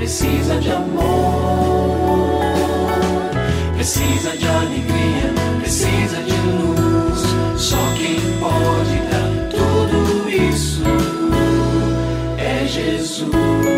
precisa de amor, precisa de alegria, precisa de luz. Só quem pode dar tudo isso é Jesus.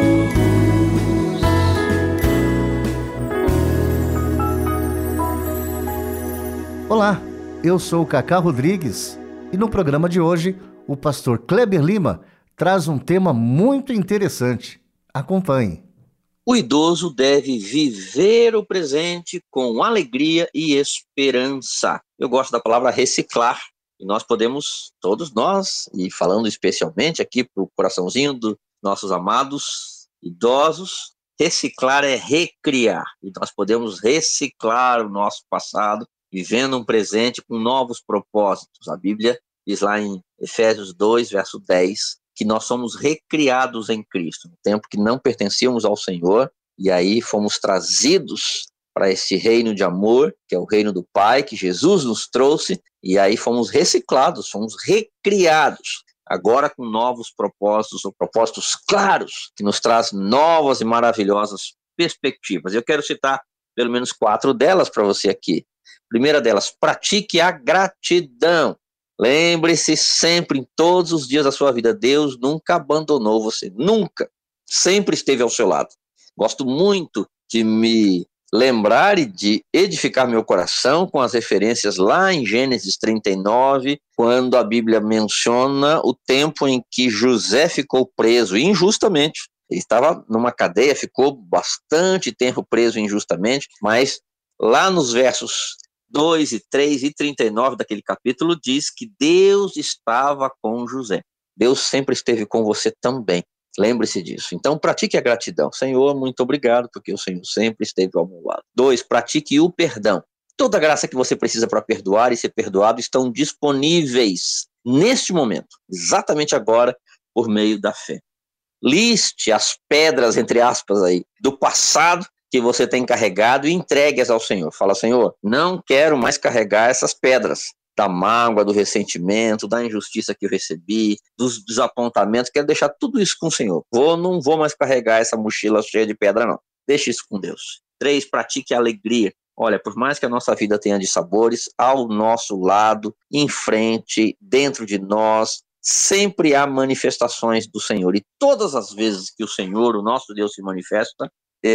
Olá, eu sou o Cacá Rodrigues e no programa de hoje o pastor Kleber Lima traz um tema muito interessante. Acompanhe. O idoso deve viver o presente com alegria e esperança. Eu gosto da palavra reciclar. E nós podemos, todos nós, e falando especialmente aqui para o coraçãozinho dos nossos amados idosos, reciclar é recriar. E nós podemos reciclar o nosso passado, vivendo um presente com novos propósitos. A Bíblia diz lá em Efésios 2, verso 10, que nós somos recriados em Cristo, no tempo que não pertencíamos ao Senhor, e aí fomos trazidos para esse reino de amor, que é o reino do Pai, que Jesus nos trouxe, e aí fomos reciclados, fomos recriados, agora com novos propósitos, ou propósitos claros, que nos traz novas e maravilhosas perspectivas. Eu quero citar pelo menos 4 delas para você aqui. Primeira delas, pratique a gratidão. Lembre-se sempre, em todos os dias da sua vida, Deus nunca abandonou você, nunca, sempre esteve ao seu lado. Gosto muito de me lembrar e de edificar meu coração com as referências lá em Gênesis 39, quando a Bíblia menciona o tempo em que José ficou preso injustamente. Ele estava numa cadeia, ficou bastante tempo preso injustamente, mas lá nos versos 2 e 3 e 39 daquele capítulo diz que Deus estava com José. Deus sempre esteve com você também. Lembre-se disso. Então, pratique a gratidão. Senhor, muito obrigado, porque o Senhor sempre esteve ao meu lado. 2, pratique o perdão. Toda a graça que você precisa para perdoar e ser perdoado estão disponíveis neste momento, exatamente agora, por meio da fé. Liste as pedras, entre aspas, aí, do passado que você tem carregado e entregue-as ao Senhor. Fala, Senhor, não quero mais carregar essas pedras da mágoa, do ressentimento, da injustiça que eu recebi, dos desapontamentos. Quero deixar tudo isso com o Senhor. Não vou mais carregar essa mochila cheia de pedra, não. Deixe isso com Deus. 3, pratique a alegria. Olha, por mais que a nossa vida tenha dissabores, ao nosso lado, em frente, dentro de nós, sempre há manifestações do Senhor. E todas as vezes que o Senhor, o nosso Deus, se manifesta,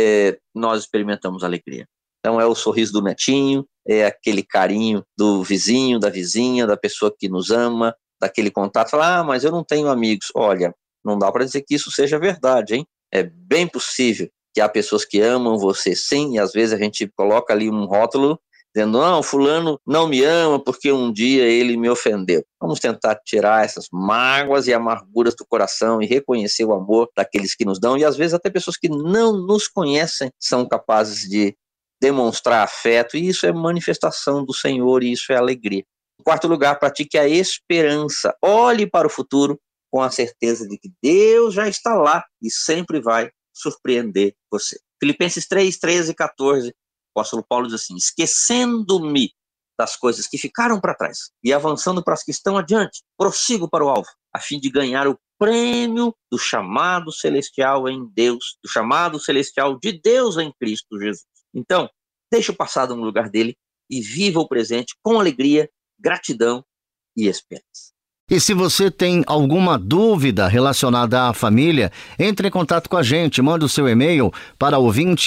nós experimentamos alegria. Então é o sorriso do netinho, é aquele carinho do vizinho, da vizinha, da pessoa que nos ama, daquele contato. Fala, mas eu não tenho amigos. Olha, não dá para dizer que isso seja verdade, hein? É bem possível que há pessoas que amam você sim, e às vezes a gente coloca ali um rótulo dizendo, não, fulano não me ama porque um dia ele me ofendeu. Vamos tentar tirar essas mágoas e amarguras do coração e reconhecer o amor daqueles que nos dão, e às vezes até pessoas que não nos conhecem são capazes de demonstrar afeto, e isso é manifestação do Senhor, e isso é alegria. Em 4º lugar, pratique a esperança. Olhe para o futuro com a certeza de que Deus já está lá e sempre vai surpreender você. Filipenses 3, 13 e 14, o apóstolo Paulo diz assim, esquecendo-me das coisas que ficaram para trás e avançando para as que estão adiante, prossigo para o alvo, a fim de ganhar o prêmio do chamado celestial em Deus, do chamado celestial de Deus em Cristo Jesus. Então, deixe o passado no lugar dele e viva o presente com alegria, gratidão e esperança. E se você tem alguma dúvida relacionada à família, entre em contato com a gente, manda o seu e-mail para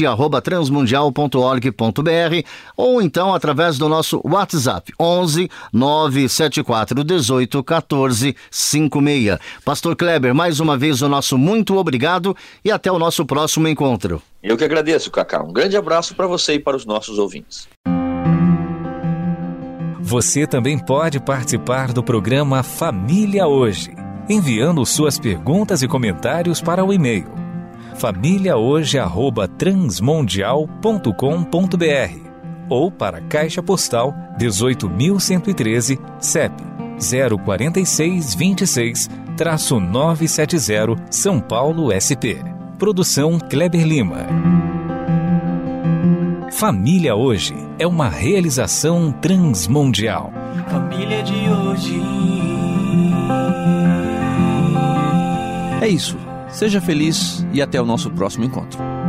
ouvinte@transmundial.org.br ou então através do nosso WhatsApp 11 974 18 14 56. Pastor Kleber, mais uma vez o nosso muito obrigado e até o nosso próximo encontro. Eu que agradeço, Cacá. Um grande abraço para você e para os nossos ouvintes. Você também pode participar do programa Família Hoje, enviando suas perguntas e comentários para o e-mail famíliahoje@transmundial.com.br ou para a Caixa Postal 18.113, CEP 04626-970, São Paulo, SP. Produção Kleber Lima. Família Hoje é uma realização transmundial. Família de hoje. É isso. Seja feliz e até o nosso próximo encontro.